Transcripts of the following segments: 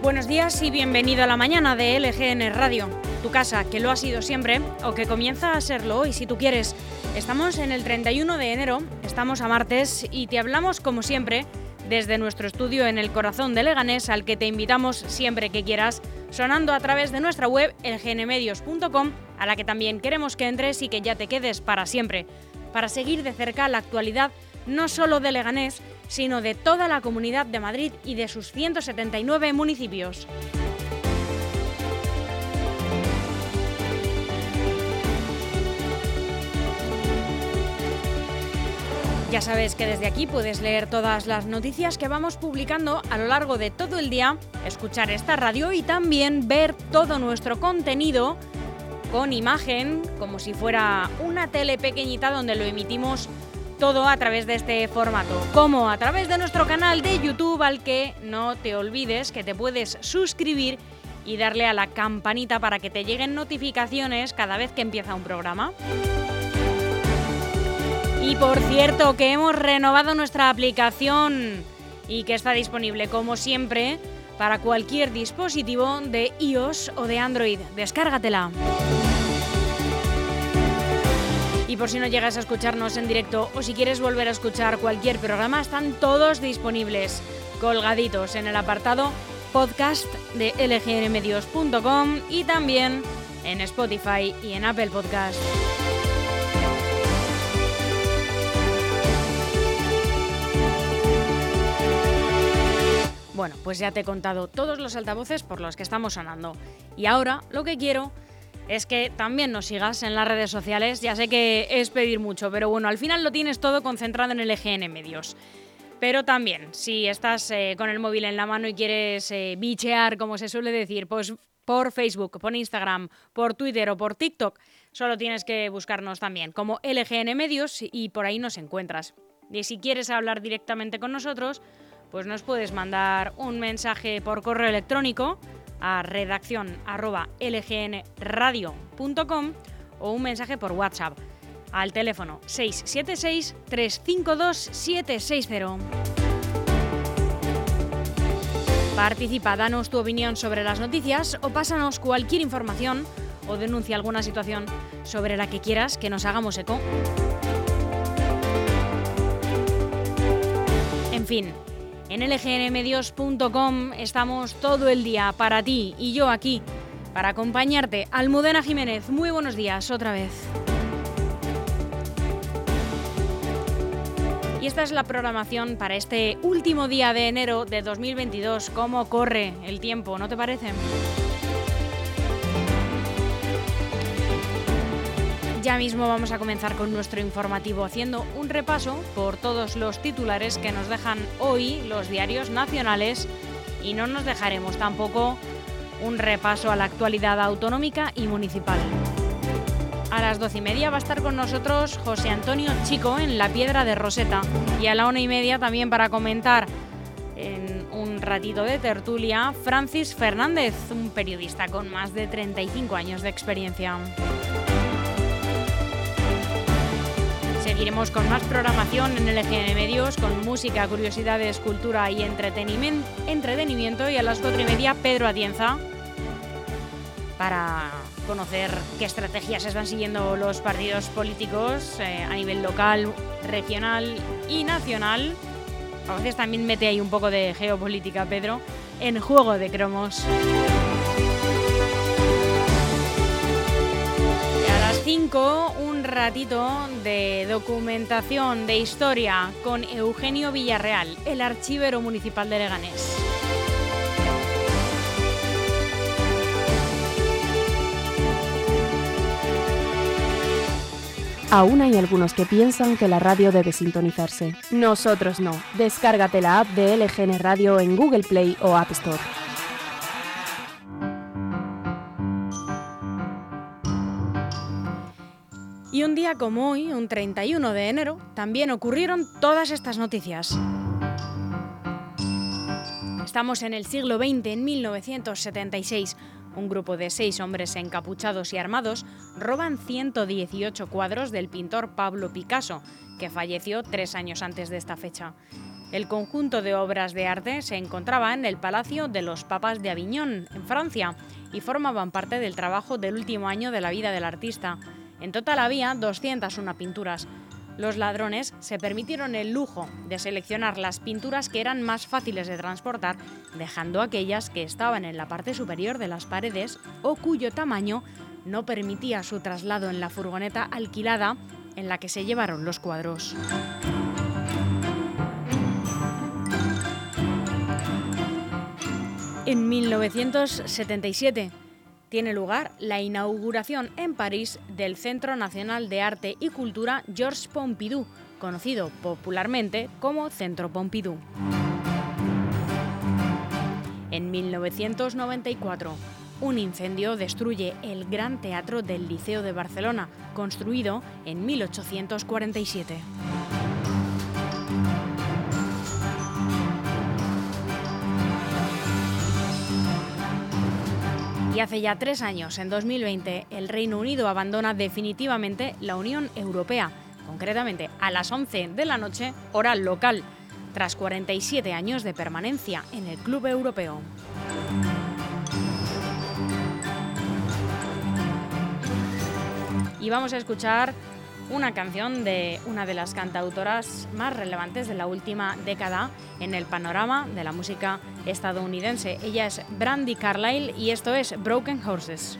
Buenos días y bienvenido a la mañana de LGN Radio, tu casa, que lo ha sido siempre o que comienza a serlo hoy, si tú quieres. Estamos en el 31 de enero, estamos a martes y te hablamos como siempre desde nuestro estudio en el corazón de Leganés, al que te invitamos siempre que quieras, sonando a través de nuestra web lgnmedios.com, a la que también queremos que entres y que ya te quedes para siempre, para seguir de cerca la actualidad no solo de Leganés, sino de toda la Comunidad de Madrid y de sus 179 municipios. Ya sabes que desde aquí puedes leer todas las noticias que vamos publicando a lo largo de todo el día, escuchar esta radio y también ver todo nuestro contenido con imagen, como si fuera una tele pequeñita donde lo emitimos todo a través de este formato, como a través de nuestro canal de YouTube, al que no te olvides que te puedes suscribir y darle a la campanita para que te lleguen notificaciones cada vez que empieza un programa. Y por cierto, que hemos renovado nuestra aplicación y que está disponible, como siempre, para cualquier dispositivo de iOS o de Android. Descárgatela. Y por si no llegas a escucharnos en directo o si quieres volver a escuchar cualquier programa, están todos disponibles, colgaditos en el apartado podcast de lgnmedios.com y también en Spotify y en Apple Podcast. Bueno, pues ya te he contado todos los altavoces por los que estamos sonando. Y ahora lo que quiero es que también nos sigas en las redes sociales. Ya sé que es pedir mucho, pero bueno, al final lo tienes todo concentrado en LGN Medios. Pero también, si estás con el móvil en la mano y quieres bichear, como se suele decir, pues por Facebook, por Instagram, por Twitter o por TikTok, solo tienes que buscarnos también como LGN Medios y por ahí nos encuentras. Y si quieres hablar directamente con nosotros, pues nos puedes mandar un mensaje por correo electrónico a redacción@lgnradio.com o un mensaje por WhatsApp al teléfono 676-352-760. Participa, danos tu opinión sobre las noticias o pásanos cualquier información o denuncia alguna situación sobre la que quieras que nos hagamos eco. En fin, en lgnmedios.com estamos todo el día para ti y yo aquí para acompañarte. Almudena Jiménez, muy buenos días otra vez. Y esta es la programación para este último día de enero de 2022. ¿Cómo corre el tiempo, no te parece? Ya mismo vamos a comenzar con nuestro informativo haciendo un repaso por todos los titulares que nos dejan hoy los diarios nacionales y no nos dejaremos tampoco un repaso a la actualidad autonómica y municipal. A las 12:30 va a estar con nosotros José Antonio Chico en La Piedra de Roseta y a la 1:30 también para comentar en un ratito de tertulia Francis Fernández, un periodista con más de 35 años de experiencia. Seguiremos con más programación en LGN Medios, con música, curiosidades, cultura y entretenimiento. Y a las 4:30 Pedro Atienza para conocer qué estrategias están siguiendo los partidos políticos a nivel local, regional y nacional. A veces también mete ahí un poco de geopolítica, Pedro, en Juego de Cromos. Y a las 5, un ratito de documentación, de historia, con Eugenio Villarreal, el archivero municipal de Leganés. Aún hay algunos que piensan que la radio debe sintonizarse. Nosotros no. Descárgate la app de LGN Radio en Google Play o App Store. Y un día como hoy, un 31 de enero, también ocurrieron todas estas noticias. Estamos en el siglo XX, en 1976. Un grupo de 6 hombres encapuchados y armados roban 118 cuadros del pintor Pablo Picasso, que falleció 3 años antes de esta fecha. El conjunto de obras de arte se encontraba en el Palacio de los Papas de Aviñón, en Francia, y formaban parte del trabajo del último año de la vida del artista. En total había 201 pinturas. Los ladrones se permitieron el lujo de seleccionar las pinturas que eran más fáciles de transportar, dejando aquellas que estaban en la parte superior de las paredes o cuyo tamaño no permitía su traslado en la furgoneta alquilada en la que se llevaron los cuadros. En 1977 tiene lugar la inauguración en París del Centro Nacional de Arte y Cultura Georges Pompidou, conocido popularmente como Centro Pompidou. En 1994, un incendio destruye el Gran Teatro del Liceo de Barcelona, construido en 1847. Y hace ya 3 años, en 2020, el Reino Unido abandona definitivamente la Unión Europea, concretamente a las 11 de la noche, hora local, tras 47 años de permanencia en el Club Europeo. Y vamos a escuchar una canción de una de las cantautoras más relevantes de la última década en el panorama de la música estadounidense. Ella es Brandi Carlile y esto es Broken Horses.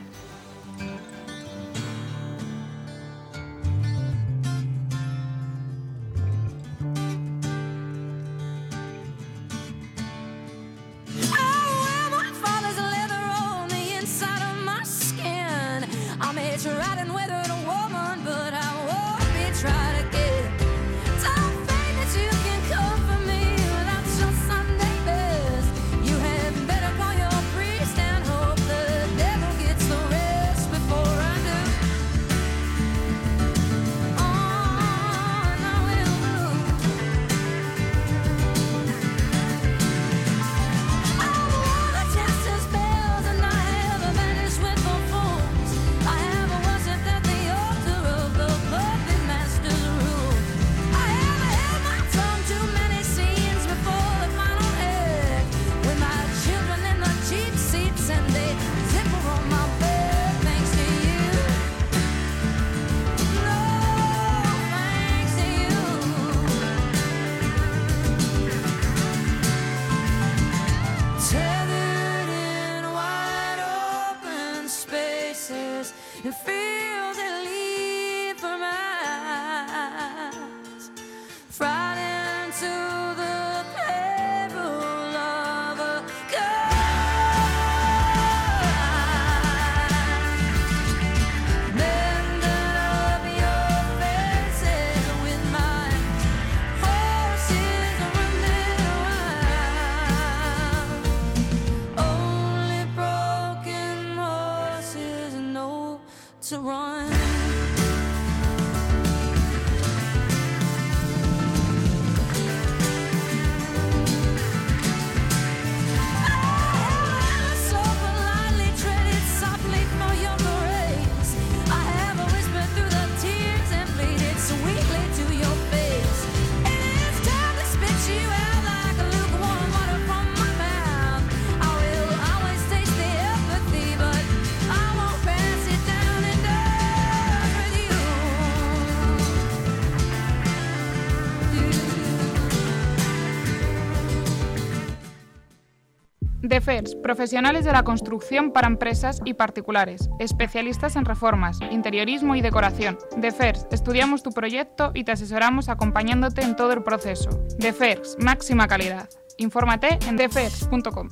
DEFERS, profesionales de la construcción para empresas y particulares, especialistas en reformas, interiorismo y decoración. DEFERS, estudiamos tu proyecto y te asesoramos acompañándote en todo el proceso. DEFERS, máxima calidad. Infórmate en defers.com.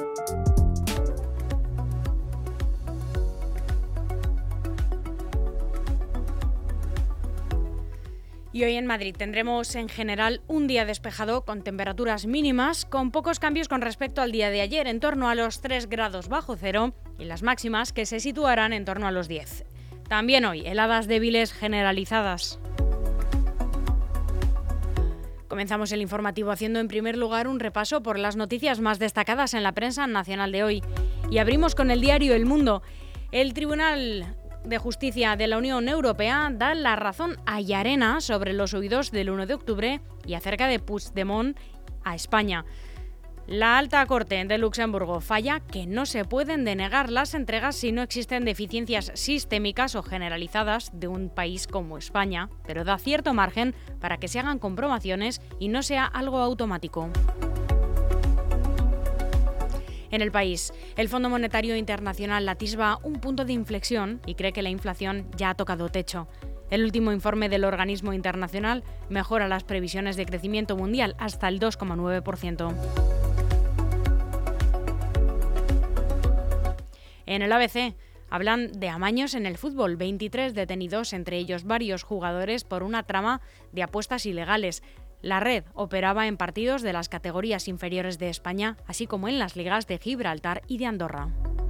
Y hoy en Madrid tendremos en general un día despejado con temperaturas mínimas, con pocos cambios con respecto al día de ayer, en torno a los 3 grados bajo cero, y las máximas que se situarán en torno a los 10. También hoy, heladas débiles generalizadas. Comenzamos el informativo haciendo en primer lugar un repaso por las noticias más destacadas en la prensa nacional de hoy. Y abrimos con el diario El Mundo. El Tribunal de Justicia de la Unión Europea da la razón a Llarena sobre los huidos del 1 de octubre y acerca de Puigdemont a España. La Alta Corte de Luxemburgo falla que no se pueden denegar las entregas si no existen deficiencias sistémicas o generalizadas de un país como España, pero da cierto margen para que se hagan comprobaciones y no sea algo automático. En el país, el Fondo Monetario Internacional atisba un punto de inflexión y cree que la inflación ya ha tocado techo. El último informe del organismo internacional mejora las previsiones de crecimiento mundial hasta el 2,9%. En el ABC hablan de amaños en el fútbol, 23 detenidos, entre ellos varios jugadores, por una trama de apuestas ilegales. La red operaba en partidos de las categorías inferiores de España, así como en las ligas de Gibraltar y de Andorra.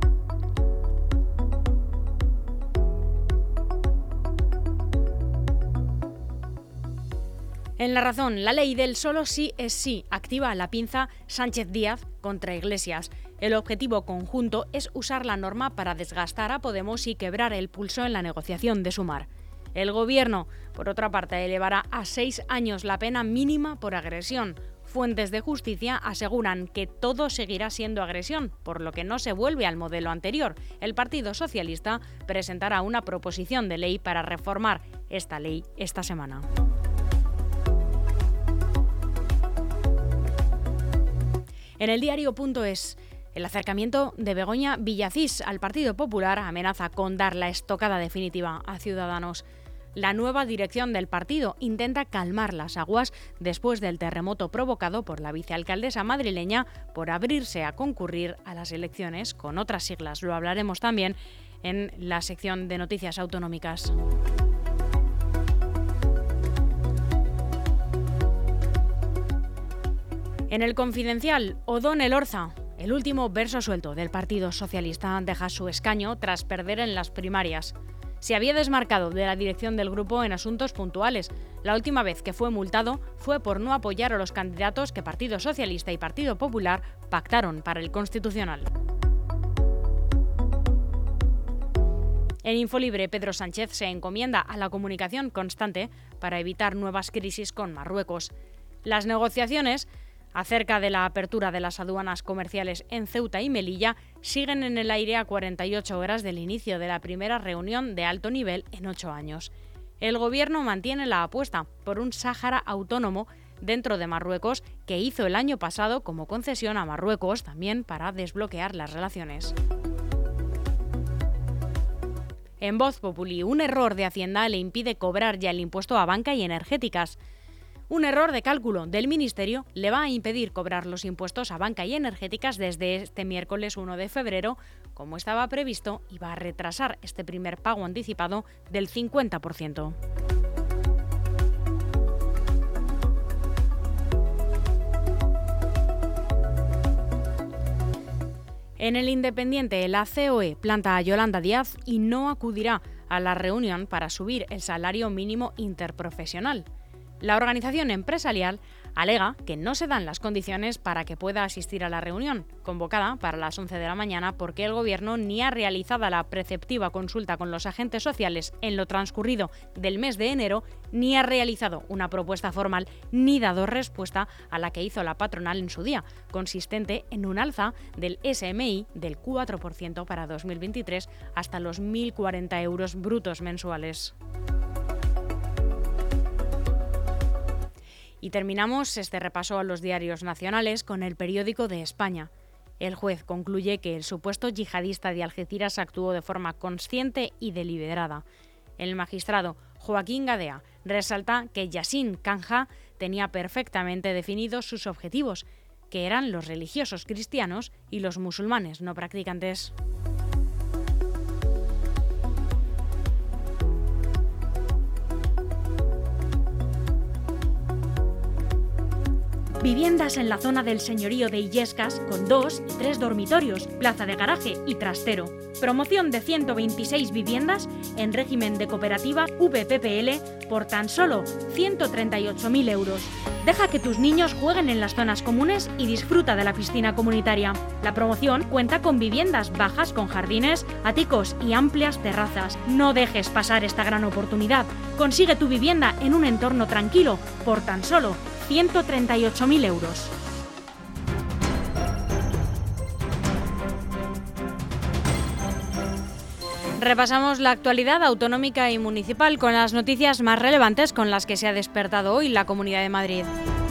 En La Razón, la ley del solo sí es sí activa la pinza Sánchez Díaz contra Iglesias. El objetivo conjunto es usar la norma para desgastar a Podemos y quebrar el pulso en la negociación de Sumar. El Gobierno, por otra parte, elevará a 6 años la pena mínima por agresión. Fuentes de justicia aseguran que todo seguirá siendo agresión, por lo que no se vuelve al modelo anterior. El Partido Socialista presentará una proposición de ley para reformar esta ley esta semana. En el diario.es, el acercamiento de Begoña Villacís al Partido Popular amenaza con dar la estocada definitiva a Ciudadanos. La nueva dirección del partido intenta calmar las aguas después del terremoto provocado por la vicealcaldesa madrileña por abrirse a concurrir a las elecciones con otras siglas. Lo hablaremos también en la sección de noticias autonómicas. En el Confidencial, Odón Elorza, el último verso suelto del Partido Socialista, deja su escaño tras perder en las primarias. Se había desmarcado de la dirección del grupo en asuntos puntuales. La última vez que fue multado fue por no apoyar a los candidatos que Partido Socialista y Partido Popular pactaron para el Constitucional. En Infolibre, Pedro Sánchez se encomienda a la comunicación constante para evitar nuevas crisis con Marruecos. Las negociaciones acerca de la apertura de las aduanas comerciales en Ceuta y Melilla siguen en el aire a 48 horas del inicio de la primera reunión de alto nivel en 8 años. El Gobierno mantiene la apuesta por un Sáhara autónomo dentro de Marruecos que hizo el año pasado como concesión a Marruecos también para desbloquear las relaciones. En Voz Populi, un error de Hacienda le impide cobrar ya el impuesto a banca y energéticas. Un error de cálculo del Ministerio le va a impedir cobrar los impuestos a banca y energéticas desde este miércoles 1 de febrero, como estaba previsto, y va a retrasar este primer pago anticipado del 50%. En El Independiente, la COE planta a Yolanda Díaz y no acudirá a la reunión para subir el salario mínimo interprofesional. La organización empresarial alega que no se dan las condiciones para que pueda asistir a la reunión, convocada para las 11 de la mañana, porque el Gobierno ni ha realizado la preceptiva consulta con los agentes sociales en lo transcurrido del mes de enero, ni ha realizado una propuesta formal, ni dado respuesta a la que hizo la patronal en su día, consistente en un alza del SMI del 4% para 2023 hasta los 1.040 euros brutos mensuales. Y terminamos este repaso a los diarios nacionales con El Periódico de España. El juez concluye que el supuesto yihadista de Algeciras actuó de forma consciente y deliberada. El magistrado Joaquín Gadea resalta que Yassin Kanja tenía perfectamente definidos sus objetivos, que eran los religiosos cristianos y los musulmanes no practicantes. Viviendas en la zona del señorío de Illescas con 2 y 3 dormitorios, plaza de garaje y trastero. Promoción de 126 viviendas en régimen de cooperativa VPPL por tan solo 138.000 euros. Deja que tus niños jueguen en las zonas comunes y disfruta de la piscina comunitaria. La promoción cuenta con viviendas bajas con jardines, áticos y amplias terrazas. No dejes pasar esta gran oportunidad. Consigue tu vivienda en un entorno tranquilo por tan solo 138.000 euros. Repasamos la actualidad autonómica y municipal con las noticias más relevantes con las que se ha despertado hoy la Comunidad de Madrid.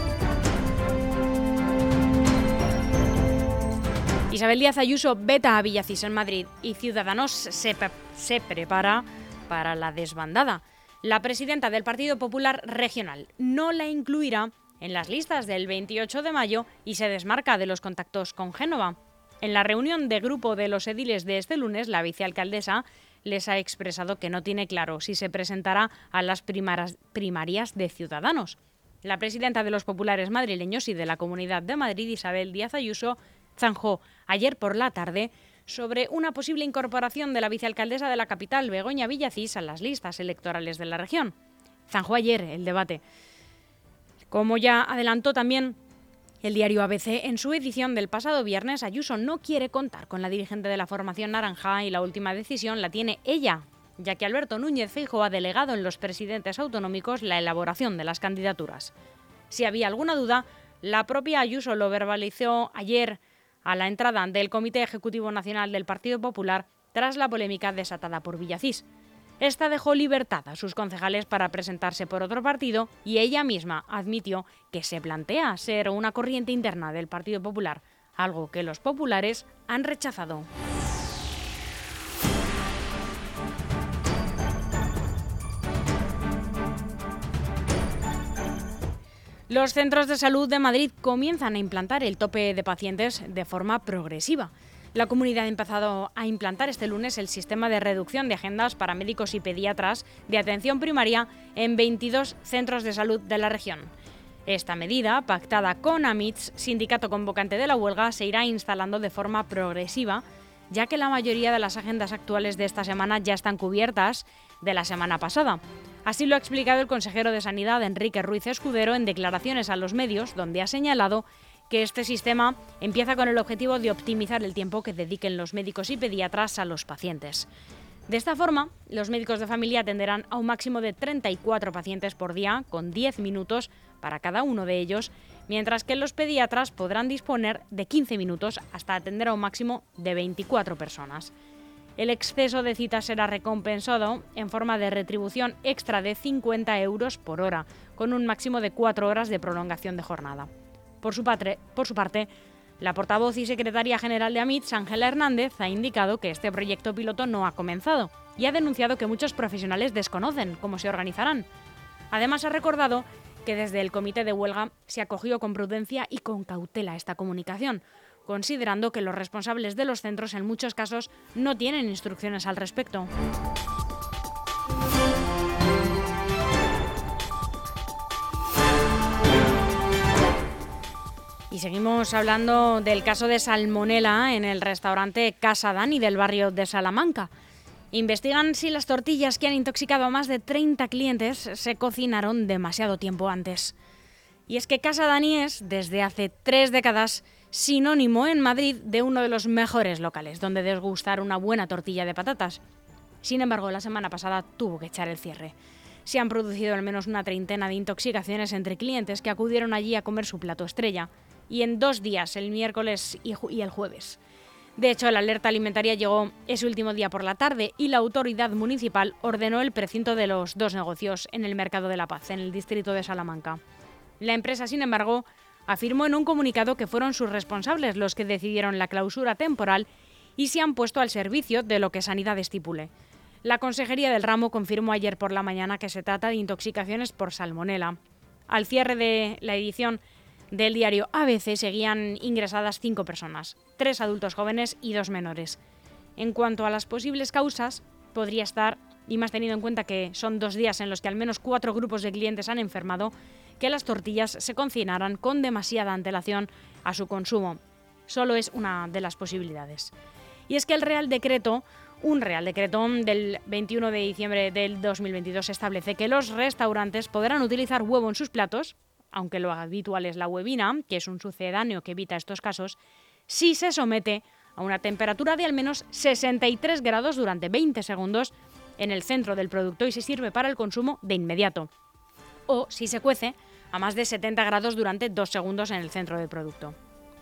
Isabel Díaz Ayuso veta a Villacís en Madrid y Ciudadanos se prepara para la desbandada. La presidenta del Partido Popular Regional no la incluirá en las listas del 28 de mayo y se desmarca de los contactos con Génova. En la reunión de grupo de los ediles de este lunes, la vicealcaldesa les ha expresado que no tiene claro si se presentará a las primarias de Ciudadanos. La presidenta de los populares madrileños y de la Comunidad de Madrid, Isabel Díaz Ayuso, zanjó ayer por la tarde sobre una posible incorporación de la vicealcaldesa de la capital, Begoña Villacís, a las listas electorales de la región. Zanjó ayer el debate. Como ya adelantó también el diario ABC, en su edición del pasado viernes, Ayuso no quiere contar con la dirigente de la formación naranja y la última decisión la tiene ella, ya que Alberto Núñez Feijóo ha delegado en los presidentes autonómicos la elaboración de las candidaturas. Si había alguna duda, la propia Ayuso lo verbalizó ayer a la entrada del Comité Ejecutivo Nacional del Partido Popular tras la polémica desatada por Villacís. Esta dejó libertad a sus concejales para presentarse por otro partido y ella misma admitió que se plantea ser una corriente interna del Partido Popular, algo que los populares han rechazado. Los centros de salud de Madrid comienzan a implantar el tope de pacientes de forma progresiva. La comunidad ha empezado a implantar este lunes el sistema de reducción de agendas para médicos y pediatras de atención primaria en 22 centros de salud de la región. Esta medida, pactada con AMITS, sindicato convocante de la huelga, se irá instalando de forma progresiva, ya que la mayoría de las agendas actuales de esta semana ya están cubiertas de la semana pasada. Así lo ha explicado el consejero de Sanidad, Enrique Ruiz Escudero, en declaraciones a los medios, donde ha señalado que este sistema empieza con el objetivo de optimizar el tiempo que dediquen los médicos y pediatras a los pacientes. De esta forma, los médicos de familia atenderán a un máximo de 34 pacientes por día, con 10 minutos para cada uno de ellos, mientras que los pediatras podrán disponer de 15 minutos hasta atender a un máximo de 24 personas. El exceso de citas será recompensado en forma de retribución extra de 50 euros por hora, con un máximo de 4 horas de prolongación de jornada. Por su parte, la portavoz y secretaria general de AMITS, Ángela Hernández, ha indicado que este proyecto piloto no ha comenzado y ha denunciado que muchos profesionales desconocen cómo se organizarán. Además, ha recordado que desde el comité de huelga se acogió con prudencia y con cautela esta comunicación, considerando que los responsables de los centros en muchos casos no tienen instrucciones al respecto. Y seguimos hablando del caso de salmonela en el restaurante Casa Dani del barrio de Salamanca. Investigan si las tortillas que han intoxicado a más de 30 clientes se cocinaron demasiado tiempo antes. Y es que Casa Dani es, desde hace 3 décadas, sinónimo en Madrid de uno de los mejores locales donde degustar una buena tortilla de patatas. Sin embargo, la semana pasada tuvo que echar el cierre. Se han producido al menos una treintena de intoxicaciones entre clientes que acudieron allí a comer su plato estrella, y en 2 días, el miércoles y el jueves. De hecho, la alerta alimentaria llegó ese último día por la tarde y la autoridad municipal ordenó el precinto de los 2 negocios en el Mercado de la Paz, en el distrito de Salamanca. La empresa, sin embargo, afirmó en un comunicado que fueron sus responsables los que decidieron la clausura temporal y se han puesto al servicio de lo que Sanidad estipule. La Consejería del Ramo confirmó ayer por la mañana que se trata de intoxicaciones por salmonela. Al cierre de la edición del diario ABC seguían ingresadas 5 personas, 3 adultos jóvenes y 2 menores. En cuanto a las posibles causas, podría estar, y más teniendo en cuenta que son 2 días en los que al menos 4 grupos de clientes han enfermado, que las tortillas se cocinaran con demasiada antelación a su consumo. Solo es una de las posibilidades. Y es que un Real Decreto del 21 de diciembre del 2022 establece que los restaurantes podrán utilizar huevo en sus platos, aunque lo habitual es la huevina, que es un sucedáneo que evita estos casos, si se somete a una temperatura de al menos 63 grados durante 20 segundos en el centro del producto y se sirve para el consumo de inmediato. O si se cuece a más de 70 grados durante 2 segundos en el centro del producto.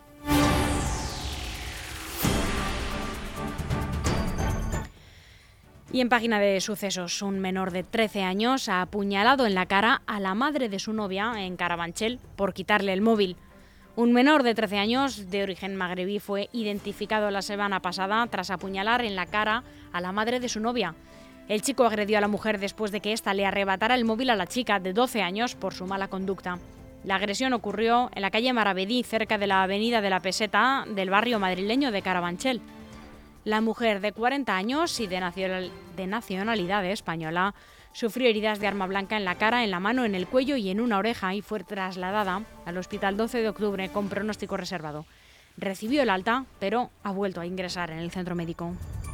Y en página de sucesos, un menor de 13 años ha apuñalado en la cara a la madre de su novia en Carabanchel por quitarle el móvil. Un menor de 13 años de origen magrebí fue identificado la semana pasada tras apuñalar en la cara a la madre de su novia. El chico agredió a la mujer después de que ésta le arrebatara el móvil a la chica de 12 años por su mala conducta. La agresión ocurrió en la calle Maravedí, cerca de la avenida de la Peseta del barrio madrileño de Carabanchel. La mujer de 40 años y de nacionalidad española sufrió heridas de arma blanca en la cara, en la mano, en el cuello y en una oreja y fue trasladada al Hospital 12 de Octubre con pronóstico reservado. Recibió el alta, pero ha vuelto a ingresar en el centro médico.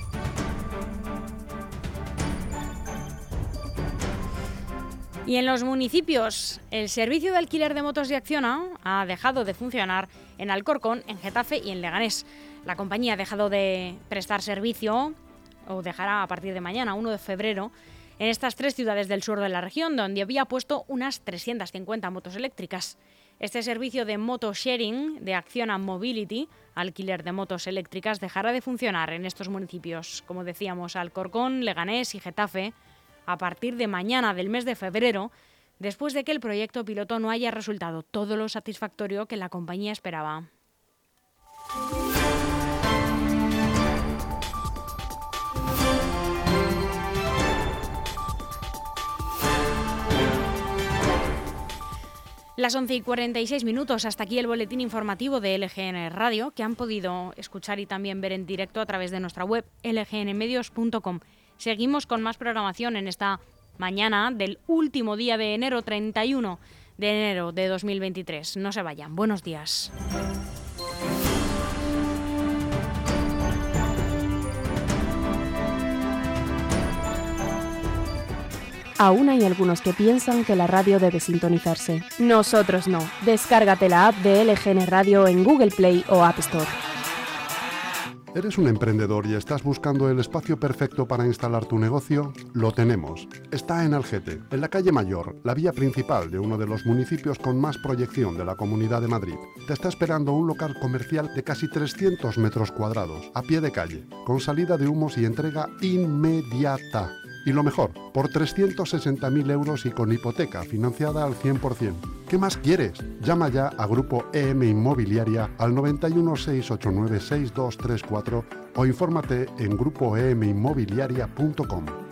Y en los municipios, el servicio de alquiler de motos de Acciona ha dejado de funcionar en Alcorcón, en Getafe y en Leganés. La compañía ha dejado de prestar servicio, o dejará a partir de mañana, 1 de febrero, en estas 3 ciudades del sur de la región, donde había puesto unas 350 motos eléctricas. Este servicio de moto sharing de Acciona Mobility, alquiler de motos eléctricas, dejará de funcionar en estos municipios, como decíamos, Alcorcón, Leganés y Getafe, a partir de mañana del mes de febrero, después de que el proyecto piloto no haya resultado todo lo satisfactorio que la compañía esperaba. Las 11:46, hasta aquí el boletín informativo de LGN Radio, que han podido escuchar y también ver en directo a través de nuestra web lgnmedios.com. Seguimos con más programación en esta mañana del último día de enero, 31 de enero de 2023. No se vayan. Buenos días. Aún hay algunos que piensan que la radio debe sintonizarse. Nosotros no. Descárgate la app de LGN Radio en Google Play o App Store. ¿Eres un emprendedor y estás buscando el espacio perfecto para instalar tu negocio? Lo tenemos. Está en Algete, en la calle Mayor, la vía principal de uno de los municipios con más proyección de la Comunidad de Madrid. Te está esperando un local comercial de casi 300 metros cuadrados, a pie de calle, con salida de humos y entrega inmediata. Y lo mejor, por 360.000 euros y con hipoteca financiada al 100%. ¿Qué más quieres? Llama ya a Grupo EM Inmobiliaria al 91 689 6234 o infórmate en grupoeminmobiliaria.com.